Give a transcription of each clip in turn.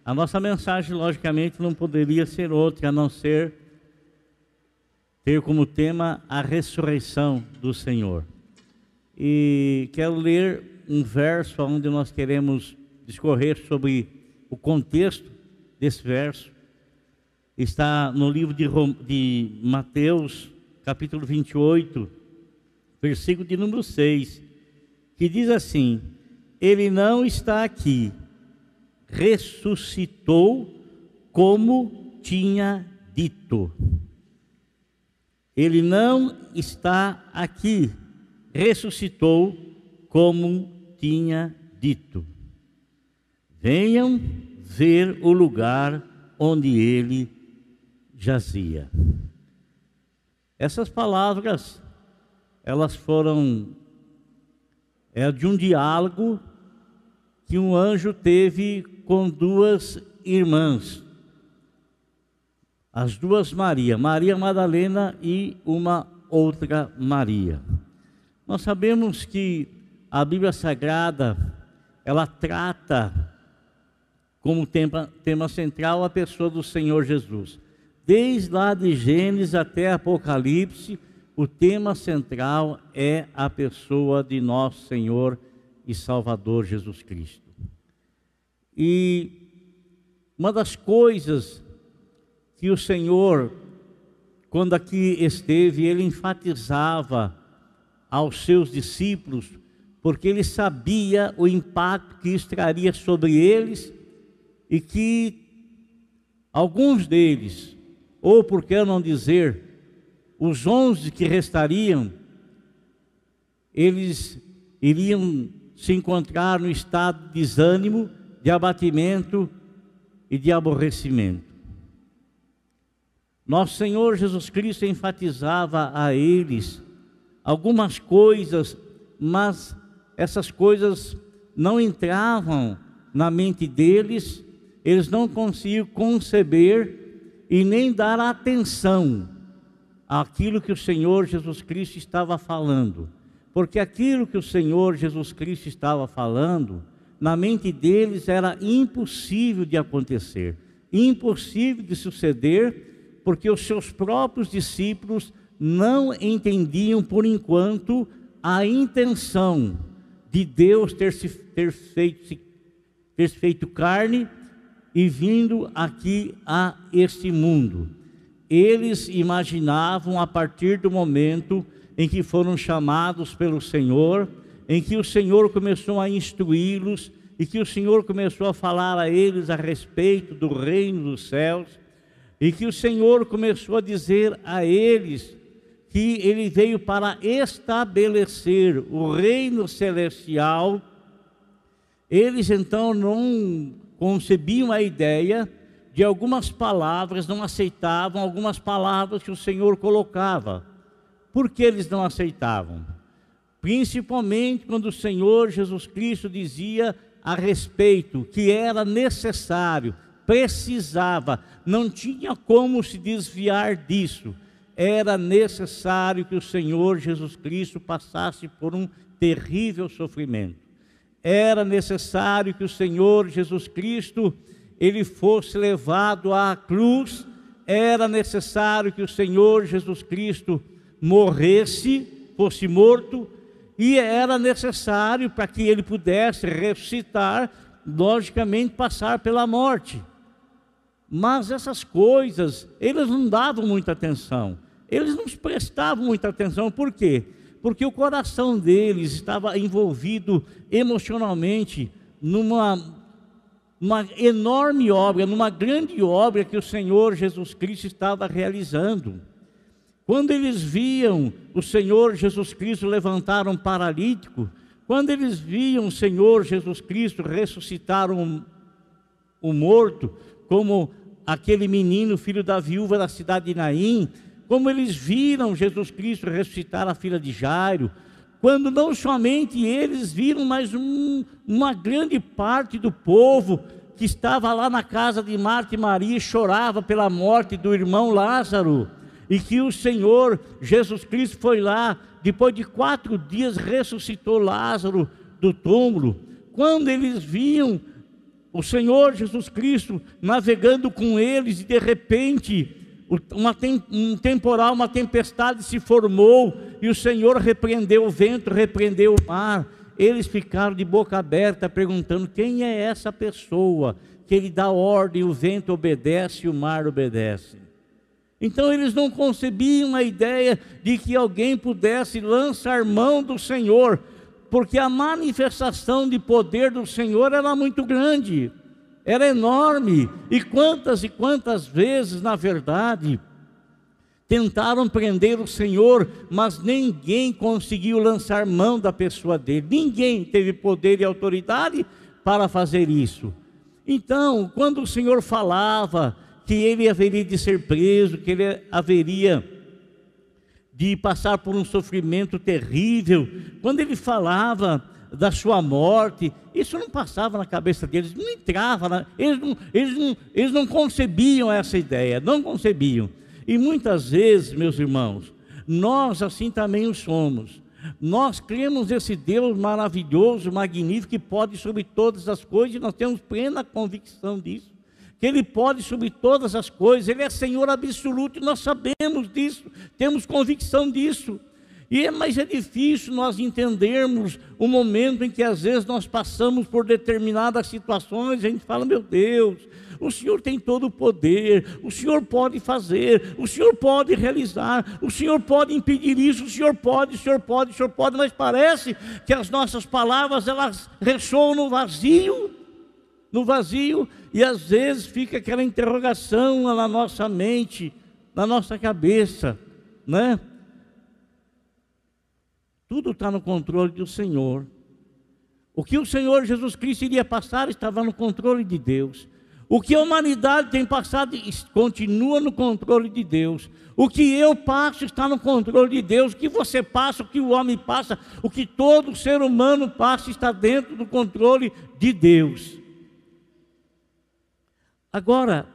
A nossa mensagem, logicamente, não poderia ser outra, a não ser ter como tema a ressurreição do Senhor. E quero ler um verso onde nós queremos discorrer sobre o contexto desse verso. Está no livro de Mateus, capítulo 28, versículo de número 6, que diz assim: Ele não está aqui, ressuscitou como tinha dito. Ele não está aqui, ressuscitou como tinha dito. Venham ver o lugar onde ele jazia. Essas palavras, elas foram de um diálogo que um anjo teve com duas irmãs, as duas Maria, Maria Madalena e uma outra Maria. Nós sabemos que a Bíblia Sagrada, ela trata como tema central a pessoa do Senhor Jesus. Desde lá de Gênesis até Apocalipse, o tema central é a pessoa de nosso Senhor e Salvador Jesus Cristo. E uma das coisas que o Senhor, quando aqui esteve, ele enfatizava aos seus discípulos, porque ele sabia o impacto que isso traria sobre eles, e que alguns deles, ou por que não dizer, os 11 que restariam, eles iriam se encontrar no estado de desânimo, de abatimento e de aborrecimento. Nosso Senhor Jesus Cristo enfatizava a eles algumas coisas, mas essas coisas não entravam na mente deles, eles não conseguiam conceber e nem dar atenção àquilo que o Senhor Jesus Cristo estava falando. Porque aquilo que o Senhor Jesus Cristo estava falando, na mente deles era impossível de acontecer, impossível de suceder, porque os seus próprios discípulos não entendiam por enquanto a intenção de Deus ter feito carne e vindo aqui a este mundo. Eles imaginavam, a partir do momento em que foram chamados pelo Senhor, em que o Senhor começou a instruí-los e que o Senhor começou a falar a eles a respeito do reino dos céus, e que o Senhor começou a dizer a eles que ele veio para estabelecer o reino celestial. Eles então não concebiam a ideia de algumas palavras, não aceitavam algumas palavras que o Senhor colocava. Por que eles não aceitavam? Principalmente quando o Senhor Jesus Cristo dizia a respeito que era necessário, precisava, não tinha como se desviar disso. Era necessário que o Senhor Jesus Cristo passasse por um terrível sofrimento. Era necessário que o Senhor Jesus Cristo, ele fosse levado à cruz. Era necessário que o Senhor Jesus Cristo morresse, fosse morto, e era necessário, para que ele pudesse ressuscitar, logicamente passar pela morte. Mas essas coisas, eles não davam muita atenção, eles não prestavam muita atenção. Por quê? Porque o coração deles estava envolvido emocionalmente numa enorme obra, numa grande obra que o Senhor Jesus Cristo estava realizando. Quando eles viam o Senhor Jesus Cristo levantar um paralítico, quando eles viam o Senhor Jesus Cristo ressuscitar um morto, como aquele menino, filho da viúva da cidade de Naim, como eles viram Jesus Cristo ressuscitar a filha de Jairo, quando não somente eles viram, mas uma grande parte do povo que estava lá na casa de Marta e Maria chorava pela morte do irmão Lázaro, e que o Senhor Jesus Cristo foi lá, depois de 4 dias ressuscitou Lázaro do túmulo. Quando eles viam o Senhor Jesus Cristo navegando com eles, e de repente um temporal, uma tempestade se formou, e o Senhor repreendeu o vento, repreendeu o mar. Eles ficaram de boca aberta perguntando: quem é essa pessoa que ele dá ordem, o vento obedece e o mar obedece? Então eles não concebiam a ideia de que alguém pudesse lançar mão do Senhor, porque a manifestação de poder do Senhor era muito grande, era enorme. E quantas vezes, na verdade, tentaram prender o Senhor, mas ninguém conseguiu lançar mão da pessoa dele. Ninguém teve poder e autoridade para fazer isso. Então, quando o Senhor falava que ele haveria de ser preso, que ele haveria de passar por um sofrimento terrível, quando ele falava da sua morte, isso não passava na cabeça deles, não entrava, eles não concebiam essa ideia, não concebiam. E muitas vezes, meus irmãos, nós assim também o somos. Nós cremos nesse Deus maravilhoso, magnífico, que pode sobre todas as coisas, e nós temos plena convicção disso, que Ele pode sobre todas as coisas, Ele é Senhor absoluto, e nós sabemos disso, temos convicção disso. Mas é difícil nós entendermos o momento em que às vezes nós passamos por determinadas situações, a gente fala: meu Deus, o Senhor tem todo o poder, o Senhor pode fazer, o Senhor pode realizar, o Senhor pode impedir isso, o Senhor pode, mas parece que as nossas palavras, elas ressoam no vazio, e às vezes fica aquela interrogação na nossa mente, na nossa cabeça, né? Tudo está no controle do Senhor. O que o Senhor Jesus Cristo iria passar estava no controle de Deus. O que a humanidade tem passado continua no controle de Deus. O que eu passo está no controle de Deus. O que você passa, o que o homem passa, o que todo ser humano passa está dentro do controle de Deus. Agora,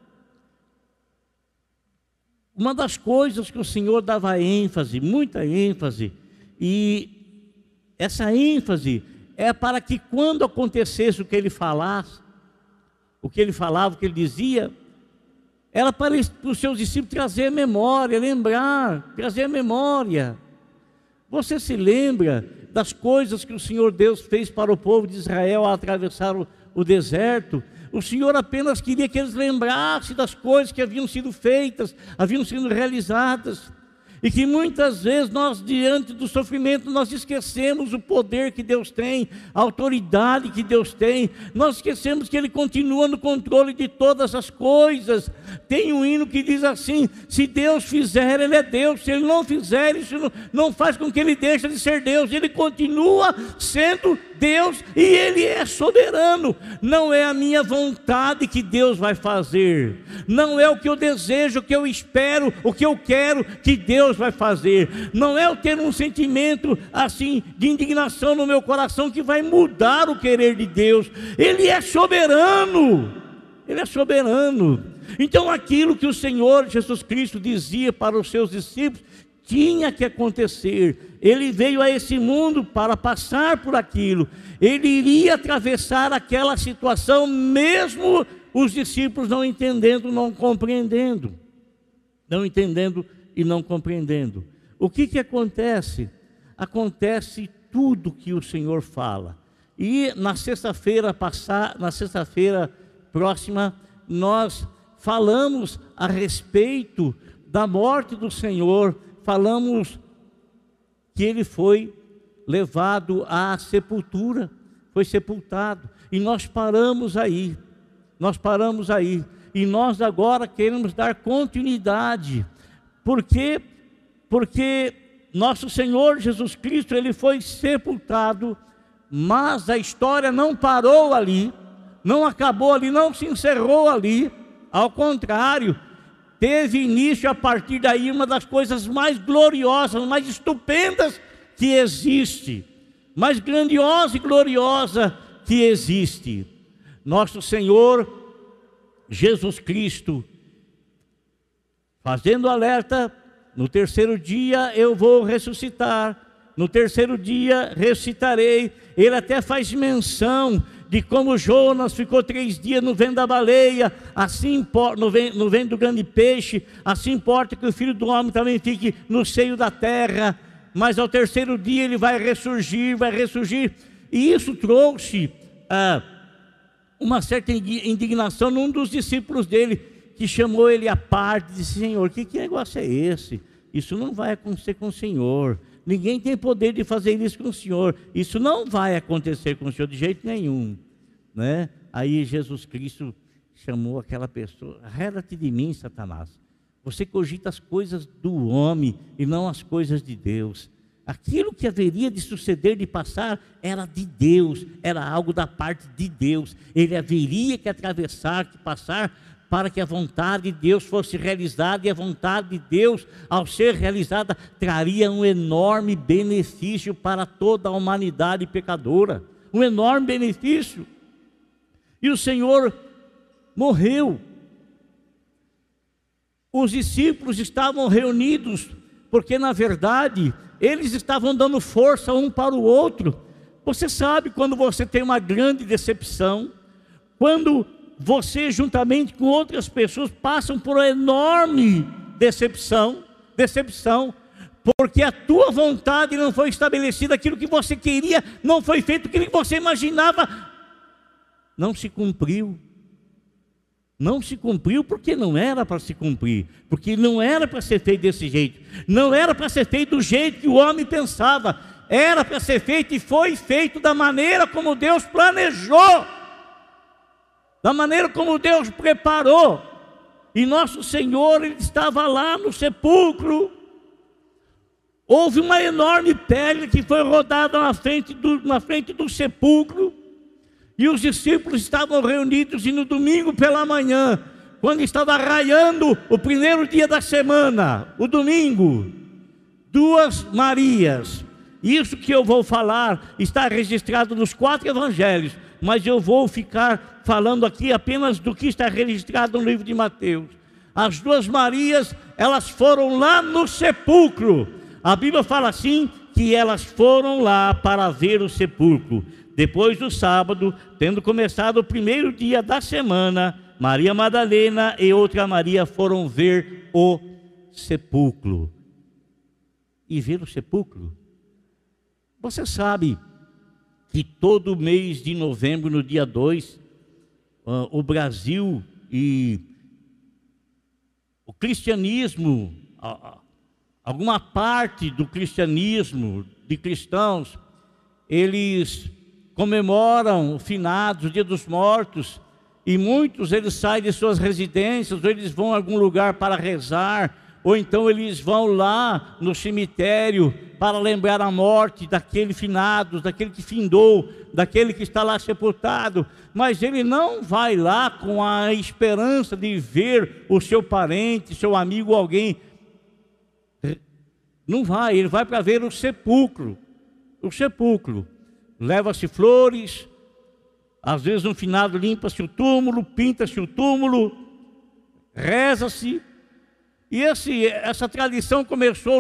uma das coisas que o Senhor dava ênfase, muita ênfase, e essa ênfase é para que quando acontecesse o que ele falasse, o que ele falava, o que ele dizia, era para os seus discípulos trazer memória, lembrar, trazer memória. Você se lembra das coisas que o Senhor Deus fez para o povo de Israel ao atravessar o deserto? O Senhor apenas queria que eles lembrassem das coisas que haviam sido feitas, haviam sido realizadas. E que muitas vezes nós, diante do sofrimento, nós esquecemos o poder que Deus tem, a autoridade que Deus tem. Nós esquecemos que Ele continua no controle de todas as coisas. Tem um hino que diz assim: se Deus fizer, Ele é Deus. Se Ele não fizer, isso não faz com que Ele deixe de ser Deus. Ele continua sendo Deus e Ele é soberano. Não é a minha vontade que Deus vai fazer, não é o que eu desejo, o que eu espero, o que eu quero que Deus vai fazer. Não é eu ter um sentimento assim de indignação no meu coração que vai mudar o querer de Deus. Ele é soberano, Ele é soberano. Então aquilo que o Senhor Jesus Cristo dizia para os seus discípulos tinha que acontecer. Ele veio a esse mundo para passar por aquilo. Ele iria atravessar aquela situação, mesmo os discípulos não entendendo, não compreendendo. Não entendendo e não compreendendo. O que acontece? Acontece tudo que o Senhor fala. E na sexta-feira próxima, nós falamos a respeito da morte do Senhor. Falamos que Ele foi levado à sepultura, foi sepultado, e nós paramos aí, e nós agora queremos dar continuidade. Por quê? Porque nosso Senhor Jesus Cristo, Ele foi sepultado, mas a história não parou ali, não acabou ali, não se encerrou ali, ao contrário, teve início a partir daí uma das coisas mais gloriosas, mais estupendas que existe, mais grandiosa e gloriosa que existe. Nosso Senhor Jesus Cristo, fazendo alerta: no terceiro dia eu vou ressuscitar, no terceiro dia ressuscitarei. Ele até faz menção de como Jonas ficou 3 dias no vento da baleia, assim no vento do grande peixe, assim importa que o Filho do Homem também fique no seio da terra, mas ao 3º dia ele vai ressurgir, e isso trouxe uma certa indignação num dos discípulos dele, que chamou ele à parte e disse: Senhor, que negócio é esse? Isso não vai acontecer com o Senhor, ninguém tem poder de fazer isso com o Senhor, isso não vai acontecer com o Senhor de jeito nenhum, né? Aí Jesus Cristo chamou aquela pessoa: arreda-te de mim, Satanás, você cogita as coisas do homem e não as coisas de Deus. Aquilo que haveria de suceder, de passar, era de Deus, era algo da parte de Deus. Ele haveria que atravessar, que passar, para que a vontade de Deus fosse realizada, e a vontade de Deus, ao ser realizada, traria um enorme benefício para toda a humanidade pecadora, um enorme benefício. E o Senhor morreu. Os discípulos estavam reunidos, porque na verdade eles estavam dando força um para o outro. Você sabe, quando você tem uma grande decepção, quando você juntamente com outras pessoas passam por uma enorme decepção, porque a tua vontade não foi estabelecida, aquilo que você queria não foi feito, aquilo que você imaginava não se cumpriu. Não se cumpriu porque não era para se cumprir, porque não era para ser feito desse jeito, não era para ser feito do jeito que o homem pensava, era para ser feito e foi feito da maneira como Deus planejou, da maneira como Deus preparou. E nosso Senhor, ele estava lá no sepulcro. Houve uma enorme pedra que foi rodada na frente do sepulcro. E os discípulos estavam reunidos, e no domingo pela manhã, quando estava raiando o primeiro dia da semana, o domingo, 2 Marias. Isso que eu vou falar está registrado nos 4 evangelhos, mas eu vou ficar falando aqui apenas do que está registrado no livro de Mateus. As 2 Marias, elas foram lá no sepulcro. A Bíblia fala assim, que elas foram lá para ver o sepulcro. Depois do sábado, tendo começado o primeiro dia da semana, Maria Madalena e outra Maria foram ver o sepulcro. E ver o sepulcro? Você sabe que todo mês de novembro, no dia 2, o Brasil e o cristianismo, alguma parte do cristianismo, de cristãos, eles comemoram o finados, o dia dos mortos, e muitos eles saem de suas residências, ou eles vão a algum lugar para rezar, ou então eles vão lá no cemitério para lembrar a morte daquele finado, daquele que findou, daquele que está lá sepultado. Mas ele não vai lá com a esperança de ver o seu parente, seu amigo, alguém. Não vai, ele vai para ver o sepulcro. O sepulcro. Leva-se flores, às vezes no finado limpa-se o túmulo, pinta-se o túmulo, reza-se. E essa tradição começou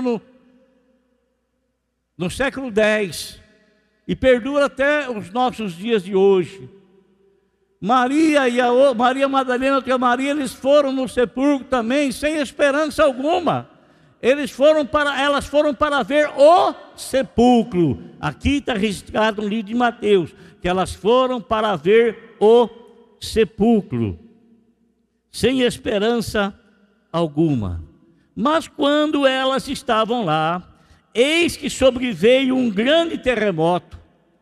no século X e perdura até os nossos dias de hoje. Maria Madalena e outra Maria, eles foram no sepulcro também sem esperança alguma. Elas foram para ver o sepulcro. Aqui está registrado no livro de Mateus, que elas foram para ver o sepulcro, sem esperança alguma. Mas quando elas estavam lá, eis que sobreveio um grande terremoto.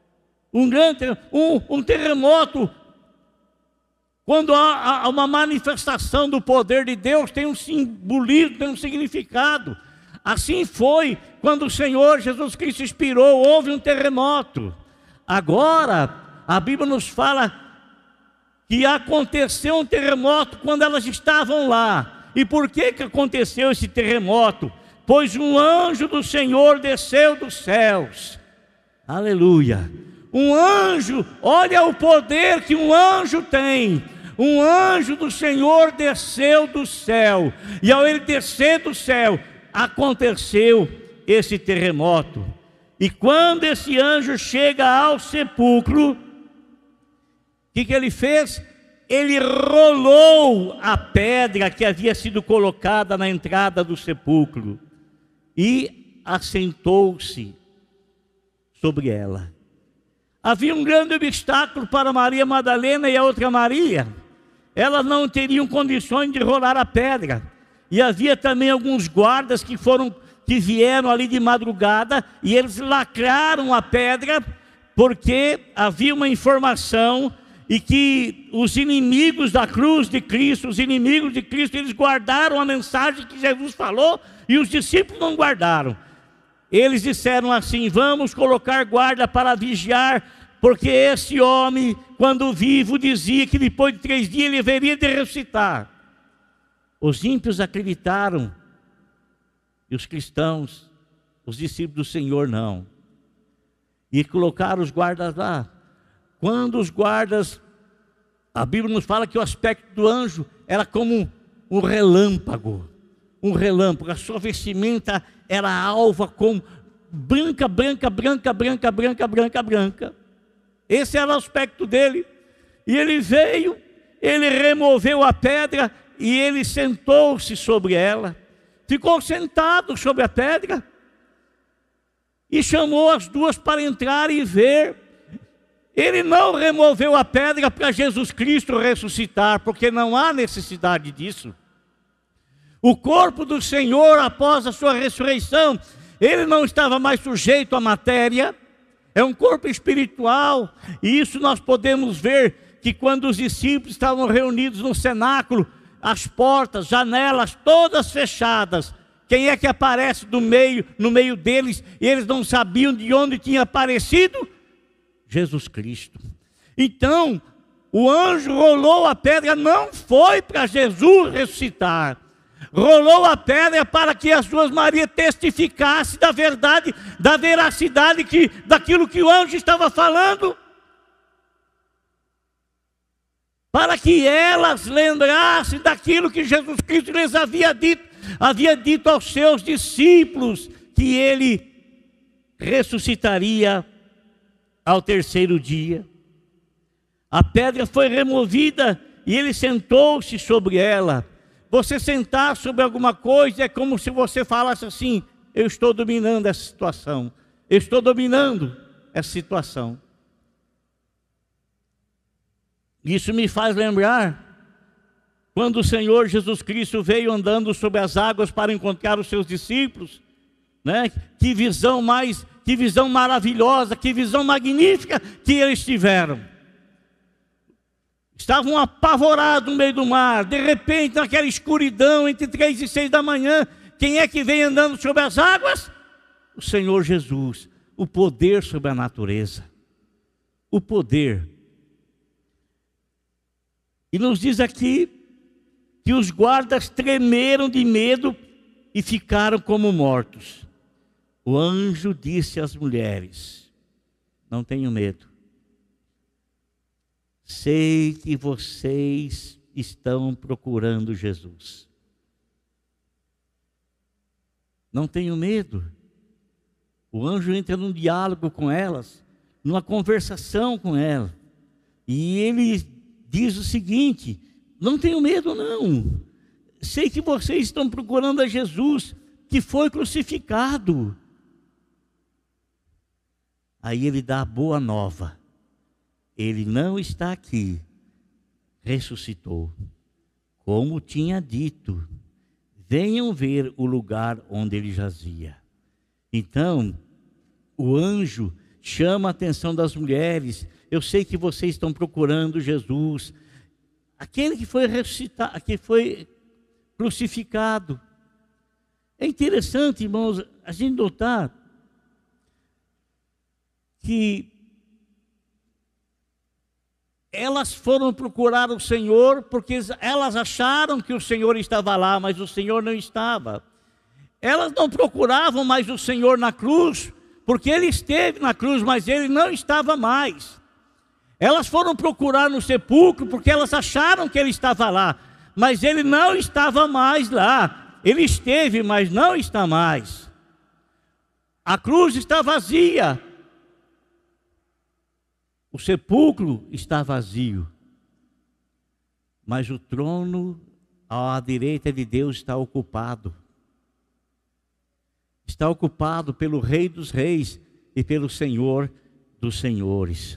Um terremoto, quando há uma manifestação do poder de Deus, tem um simbolismo, tem um significado. Assim foi quando o Senhor Jesus Cristo expirou, houve um terremoto. Agora, a Bíblia nos fala que aconteceu um terremoto quando elas estavam lá. E por que aconteceu esse terremoto? Pois um anjo do Senhor desceu dos céus. Aleluia! Um anjo, olha o poder que um anjo tem. Um anjo do Senhor desceu do céu. E ao ele descer do céu, aconteceu esse terremoto. E quando esse anjo chega ao sepulcro, que ele fez? Ele rolou a pedra que havia sido colocada na entrada do sepulcro e assentou-se sobre ela. Havia um grande obstáculo para Maria Madalena e a outra Maria. Elas não teriam condições de rolar a pedra. E havia também alguns guardas que vieram ali de madrugada e eles lacraram a pedra, porque havia uma informação e que os inimigos da cruz de Cristo, eles guardaram a mensagem que Jesus falou e os discípulos não guardaram. Eles disseram assim: vamos colocar guarda para vigiar, porque esse homem, quando vivo, dizia que depois de 3 dias ele haveria de ressuscitar. Os ímpios acreditaram, e os cristãos, os discípulos do Senhor, não. E colocaram os guardas lá. Quando os guardas, a Bíblia nos fala que o aspecto do anjo era como um relâmpago. Um relâmpago, a sua vestimenta era alva, com branca. Esse era o aspecto dele. E ele veio, ele removeu a pedra e ele sentou-se sobre ela. Ficou sentado sobre a pedra e chamou as duas para entrar e ver. Ele não removeu a pedra para Jesus Cristo ressuscitar, porque não há necessidade disso. O corpo do Senhor, após a sua ressurreição, ele não estava mais sujeito à matéria, é um corpo espiritual. E isso nós podemos ver que quando os discípulos estavam reunidos no cenáculo, as portas, janelas todas fechadas, quem é que aparece no meio deles, e eles não sabiam de onde tinha aparecido? Jesus Cristo. Então, o anjo rolou a pedra, não foi para Jesus ressuscitar, rolou a pedra para que as duas Marias testificassem da verdade, da veracidade daquilo que o anjo estava falando, para que elas lembrassem daquilo que Jesus Cristo lhes havia dito aos seus discípulos, que ele ressuscitaria ao 3º dia. A pedra foi removida e ele sentou-se sobre ela. Você sentar sobre alguma coisa é como se você falasse assim: eu estou dominando essa situação, eu estou dominando essa situação. Isso me faz lembrar quando o Senhor Jesus Cristo veio andando sobre as águas para encontrar os seus discípulos, né? Que visão maravilhosa, que visão magnífica que eles tiveram. Estavam apavorados no meio do mar. De repente, naquela escuridão, entre 3 e 6 da manhã, quem é que vem andando sobre as águas? O Senhor Jesus. O poder sobre a natureza. O poder. E nos diz aqui que os guardas tremeram de medo e ficaram como mortos. O anjo disse às mulheres: não tenham medo. Sei que vocês estão procurando Jesus. Não tenham medo. O anjo entra num diálogo com elas, numa conversação com elas. E ele diz o seguinte: não tenham medo não. Sei que vocês estão procurando a Jesus, que foi crucificado. Aí ele dá a boa nova: ele não está aqui, ressuscitou. Como tinha dito, venham ver o lugar onde ele jazia. Então, o anjo chama a atenção das mulheres: eu sei que vocês estão procurando Jesus, aquele que foi ressuscitado, que foi crucificado. É interessante, irmãos, a gente notar que elas foram procurar o Senhor porque elas acharam que o Senhor estava lá, mas o Senhor não estava. Elas não procuravam mais o Senhor na cruz, porque Ele esteve na cruz, mas Ele não estava mais. Elas foram procurar no sepulcro porque elas acharam que Ele estava lá, mas Ele não estava mais lá. Ele esteve, mas não está mais. A cruz está vazia. sepulcro está vazio, mas o trono à direita de Deus está ocupado. Está ocupado pelo Rei dos Reis e pelo Senhor dos Senhores.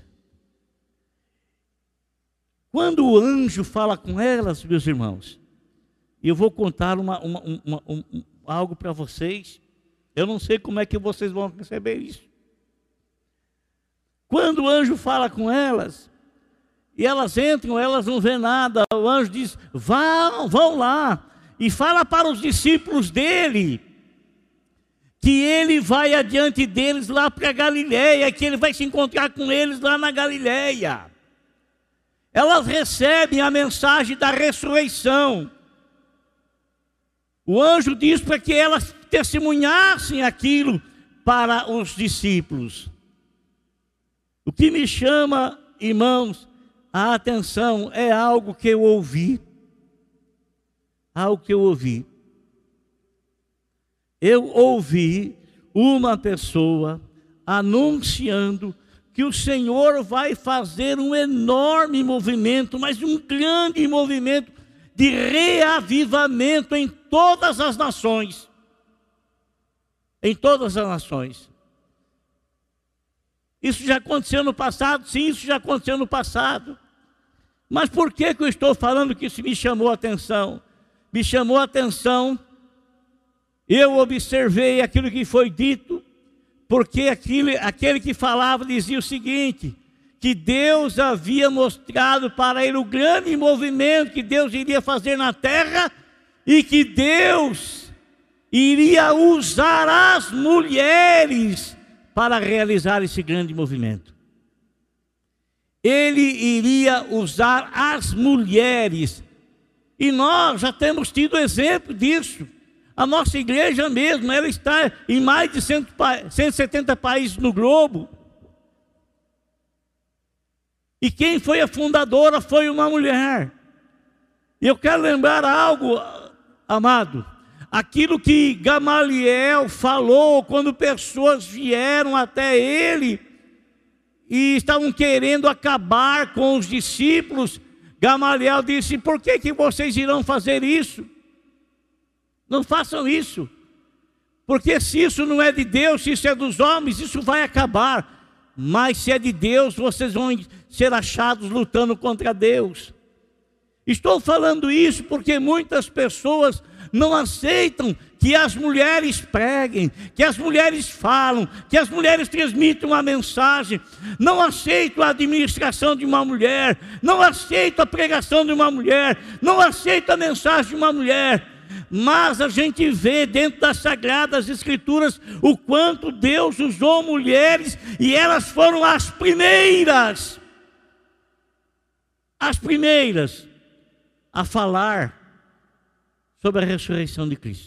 Quando o anjo fala com elas, meus irmãos, eu vou contar algo para vocês. Eu não sei como é que vocês vão receber isso. Quando o anjo fala com elas, e elas entram, elas não vêem nada, o anjo diz: vão lá, e fala para os discípulos dele, que ele vai adiante deles lá para Galileia, que ele vai se encontrar com eles lá na Galileia. Elas recebem a mensagem da ressurreição. O anjo diz para que elas testemunhassem aquilo para os discípulos. O que me chama, irmãos, a atenção é algo que eu ouvi. Algo que eu ouvi. Eu ouvi uma pessoa anunciando que o Senhor vai fazer um enorme movimento, mas um grande movimento de reavivamento em todas as nações. Em todas as nações. Isso já aconteceu no passado? Sim, isso já aconteceu no passado. Mas por que eu estou falando que isso me chamou a atenção? Me chamou a atenção, eu observei aquilo que foi dito, porque aquele que falava dizia o seguinte, que Deus havia mostrado para ele o grande movimento que Deus iria fazer na terra, e que Deus iria usar as mulheres para realizar esse grande movimento. Ele iria usar as mulheres, e nós já temos tido exemplo disso. A nossa igreja mesmo, ela está em mais de 170 países no globo. E quem foi a fundadora foi uma mulher. E eu quero lembrar algo, amado. Aquilo que Gamaliel falou quando pessoas vieram até ele e estavam querendo acabar com os discípulos. Gamaliel disse: por que vocês irão fazer isso? Não façam isso, porque se isso não é de Deus, se isso é dos homens, isso vai acabar. Mas se é de Deus, vocês vão ser achados lutando contra Deus. Estou falando isso porque muitas pessoas não aceitam que as mulheres preguem, que as mulheres falam, que as mulheres transmitam uma mensagem. Não aceitam a administração de uma mulher, não aceitam a pregação de uma mulher, não aceitam a mensagem de uma mulher. Mas a gente vê dentro das Sagradas Escrituras o quanto Deus usou mulheres, e elas foram as primeiras a falar sobre a ressurreição de Cristo.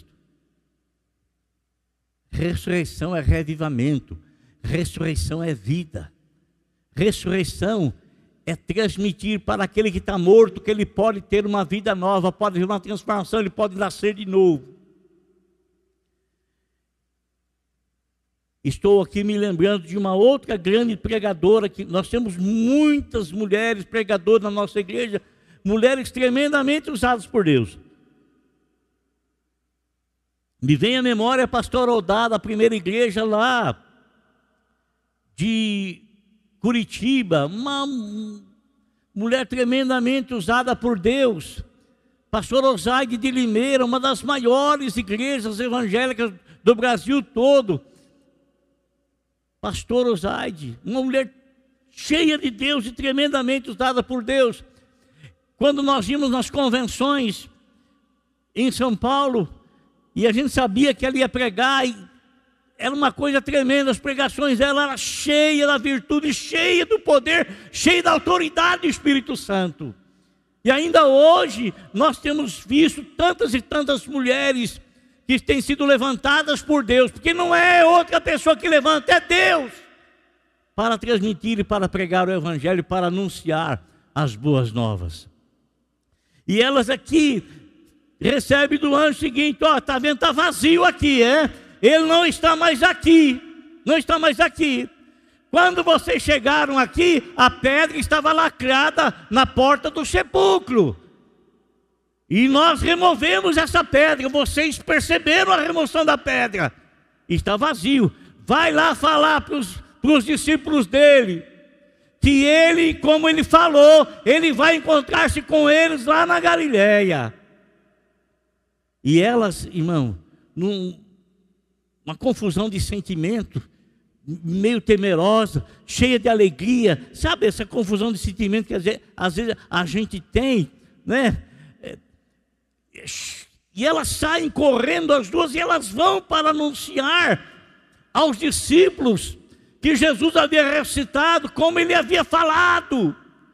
Ressurreição é revivamento, ressurreição é vida, ressurreição é transmitir para aquele que está morto que ele pode ter uma vida nova, pode ter uma transformação, ele pode nascer de novo. Estou aqui me lembrando de uma outra grande pregadora, que nós temos muitas mulheres pregadoras na nossa igreja, mulheres tremendamente usadas por Deus. Me vem à memória a pastora Odá, da primeira igreja lá de Curitiba, uma mulher tremendamente usada por Deus. Pastor Osaide de Limeira, uma das maiores igrejas evangélicas do Brasil todo. Pastor Osaide, uma mulher cheia de Deus e tremendamente usada por Deus. Quando nós íamos nas convenções em São Paulo, e a gente sabia que ela ia pregar, e era uma coisa tremenda, as pregações dela eram cheias da virtude, cheias do poder, cheias da autoridade do Espírito Santo. E ainda hoje nós temos visto tantas e tantas mulheres que têm sido levantadas por Deus, porque não é outra pessoa que levanta, é Deus, para transmitir e para pregar o Evangelho, para anunciar as boas novas. E elas aqui recebem do anjo o seguinte: ó, está vendo, está vazio aqui, é? Ele não está mais aqui, não está mais aqui. quando vocês chegaram aqui, a pedra estava lacrada na porta do sepulcro. E nós removemos essa pedra. Vocês perceberam a remoção da pedra. Está vazio. Vai lá falar para os discípulos dele, que ele, como ele falou, ele vai encontrar-se com eles lá na Galileia. E elas, irmão, uma confusão de sentimento, meio temerosa, cheia de alegria. Sabe essa confusão de sentimento que às vezes a gente tem, né? E elas saem correndo as duas e elas vão para anunciar aos discípulos que Jesus havia ressuscitado, como ele havia falado.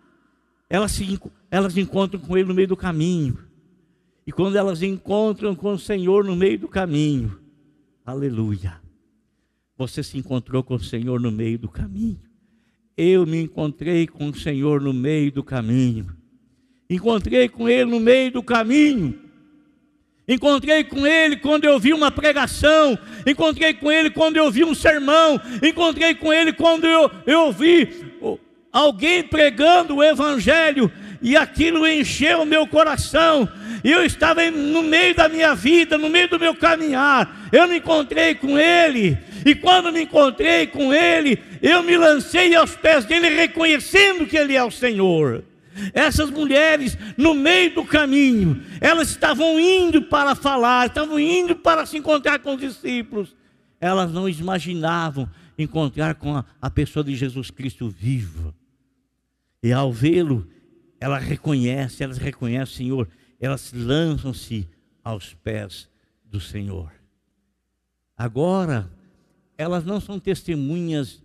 Elas encontram com ele no meio do caminho. E quando elas encontram com o Senhor no meio do caminho, aleluia, você se encontrou com o Senhor no meio do caminho. Eu me encontrei com o Senhor no meio do caminho. Encontrei com ele no meio do caminho. Encontrei com ele quando eu vi uma pregação. Encontrei com ele quando eu vi um sermão. Encontrei com ele quando eu vi alguém pregando o evangelho. E aquilo encheu o meu coração. E eu estava no meio da minha vida, no meio do meu caminhar. Eu me encontrei com ele. E quando me encontrei com ele, eu me lancei aos pés dele, reconhecendo que ele é o Senhor. Essas mulheres, no meio do caminho, elas estavam indo para falar, estavam indo para se encontrar com os discípulos. Elas não imaginavam encontrar com a pessoa de Jesus Cristo viva. E ao vê-lo, elas reconhecem o Senhor. Elas lançam-se aos pés do Senhor. Agora, elas não são testemunhas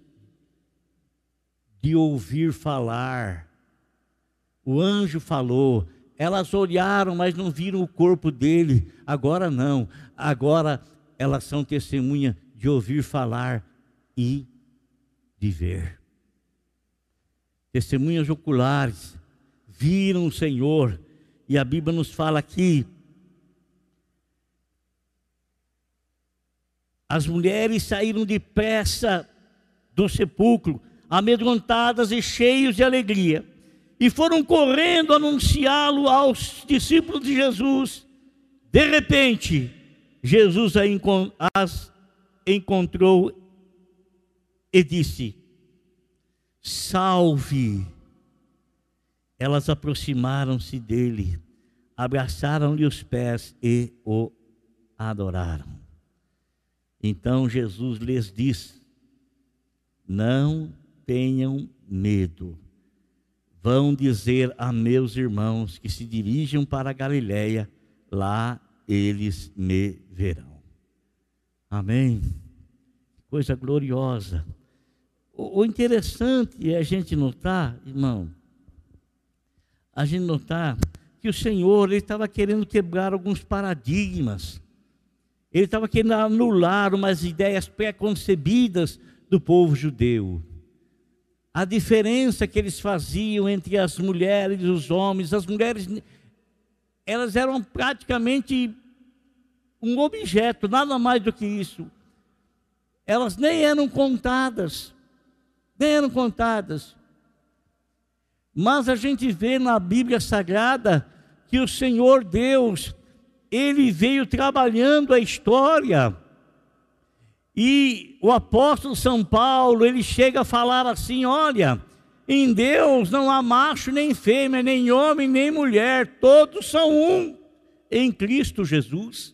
de ouvir falar. O anjo falou, elas olharam, mas não viram o corpo dele. Agora não, agora elas são testemunhas de ouvir falar e de ver. Testemunhas oculares, viram o Senhor. E a Bíblia nos fala aqui, as mulheres saíram depressa do sepulcro, amedrontadas e cheios de alegria. E foram correndo anunciá-lo aos discípulos de Jesus. De repente, Jesus as encontrou e disse: salve! Elas aproximaram-se dele, abraçaram-lhe os pés e o adoraram. Então Jesus lhes disse: não tenham medo. Vão dizer a meus irmãos que se dirijam para a Galileia, lá eles me verão. Amém? Coisa gloriosa. O interessante é a gente notar, irmão, a gente notar que o Senhor, ele estava querendo quebrar alguns paradigmas. Ele estava querendo anular umas ideias pré-concebidas do povo judeu. A diferença que eles faziam entre as mulheres e os homens. As mulheres, elas eram praticamente um objeto, nada mais do que isso. Elas nem eram contadas. Mas a gente vê na Bíblia Sagrada que o Senhor Deus, ele veio trabalhando a história. E o apóstolo São Paulo, ele chega a falar assim: olha, em Deus não há macho nem fêmea, nem homem nem mulher, todos são um em Cristo Jesus.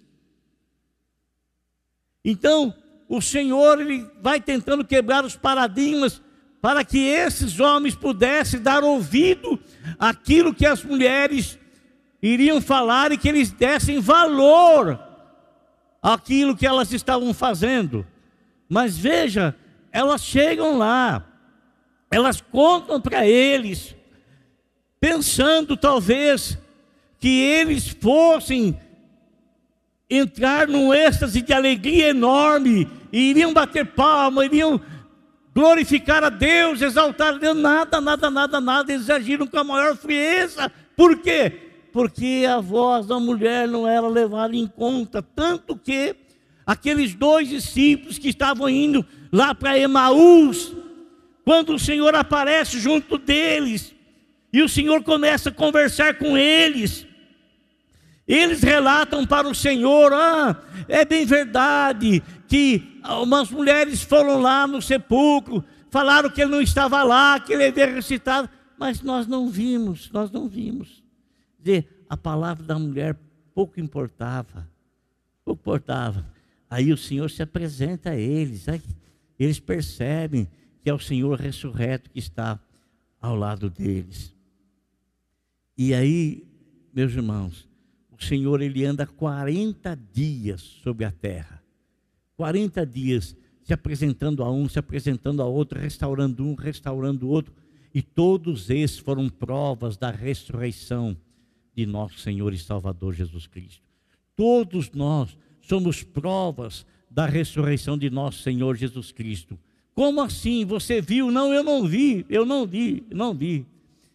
Então, o Senhor, ele vai tentando quebrar os paradigmas para que esses homens pudessem dar ouvido àquilo que as mulheres iriam falar e que eles dessem valor àquilo que elas estavam fazendo. Mas veja, elas chegam lá, elas contam para eles, pensando talvez que eles fossem entrar num êxtase de alegria enorme, e iriam bater palma, iriam glorificar a Deus, exaltar a Deus. Nada, eles agiram com a maior frieza. Por quê? Porque a voz da mulher não era levada em conta, tanto que aqueles dois discípulos que estavam indo lá para Emaús, quando o Senhor aparece junto deles, e o Senhor começa a conversar com eles, eles relatam para o Senhor: é bem verdade que umas mulheres foram lá no sepulcro, falaram que ele não estava lá, que ele havia ressuscitado, mas nós não vimos. Quer dizer, a palavra da mulher pouco importava. Aí o Senhor se apresenta a eles, eles percebem que é o Senhor ressurreto que está ao lado deles. E aí, meus irmãos, o Senhor, ele anda 40 dias sobre a terra. 40 dias se apresentando a um, se apresentando a outro, restaurando um, restaurando o outro. E todos esses foram provas da ressurreição de nosso Senhor e Salvador Jesus Cristo. Todos nós somos provas da ressurreição de nosso Senhor Jesus Cristo. Como assim? Você viu? Não, eu não vi.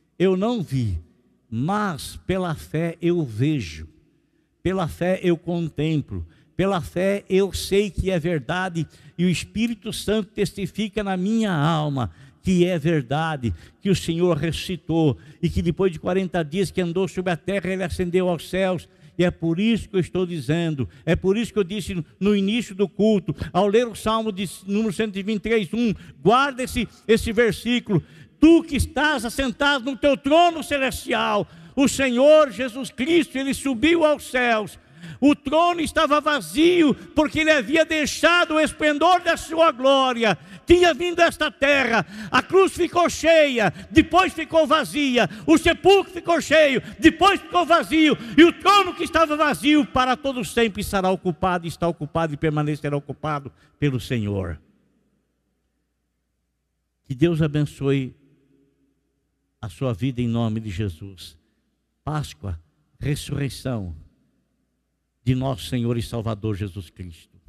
Mas pela fé eu vejo, pela fé eu contemplo, pela fé eu sei que é verdade, e o Espírito Santo testifica na minha alma que é verdade, que o Senhor ressuscitou, e que depois de 40 dias que andou sobre a terra, ele ascendeu aos céus. E é por isso que eu estou dizendo, é por isso que eu disse no início do culto, ao ler o Salmo de número 123:1, guarda esse versículo: tu que estás assentado no teu trono celestial, o Senhor Jesus Cristo, ele subiu aos céus. O trono estava vazio, porque ele havia deixado o esplendor da sua glória, tinha vindo a esta terra. A cruz ficou cheia, depois ficou vazia. O sepulcro ficou cheio, depois ficou vazio. E o trono que estava vazio, para todo sempre estará ocupado, está ocupado e permanecerá ocupado pelo Senhor. Que Deus abençoe a sua vida em nome de Jesus. Páscoa, ressurreição de nosso Senhor e Salvador Jesus Cristo.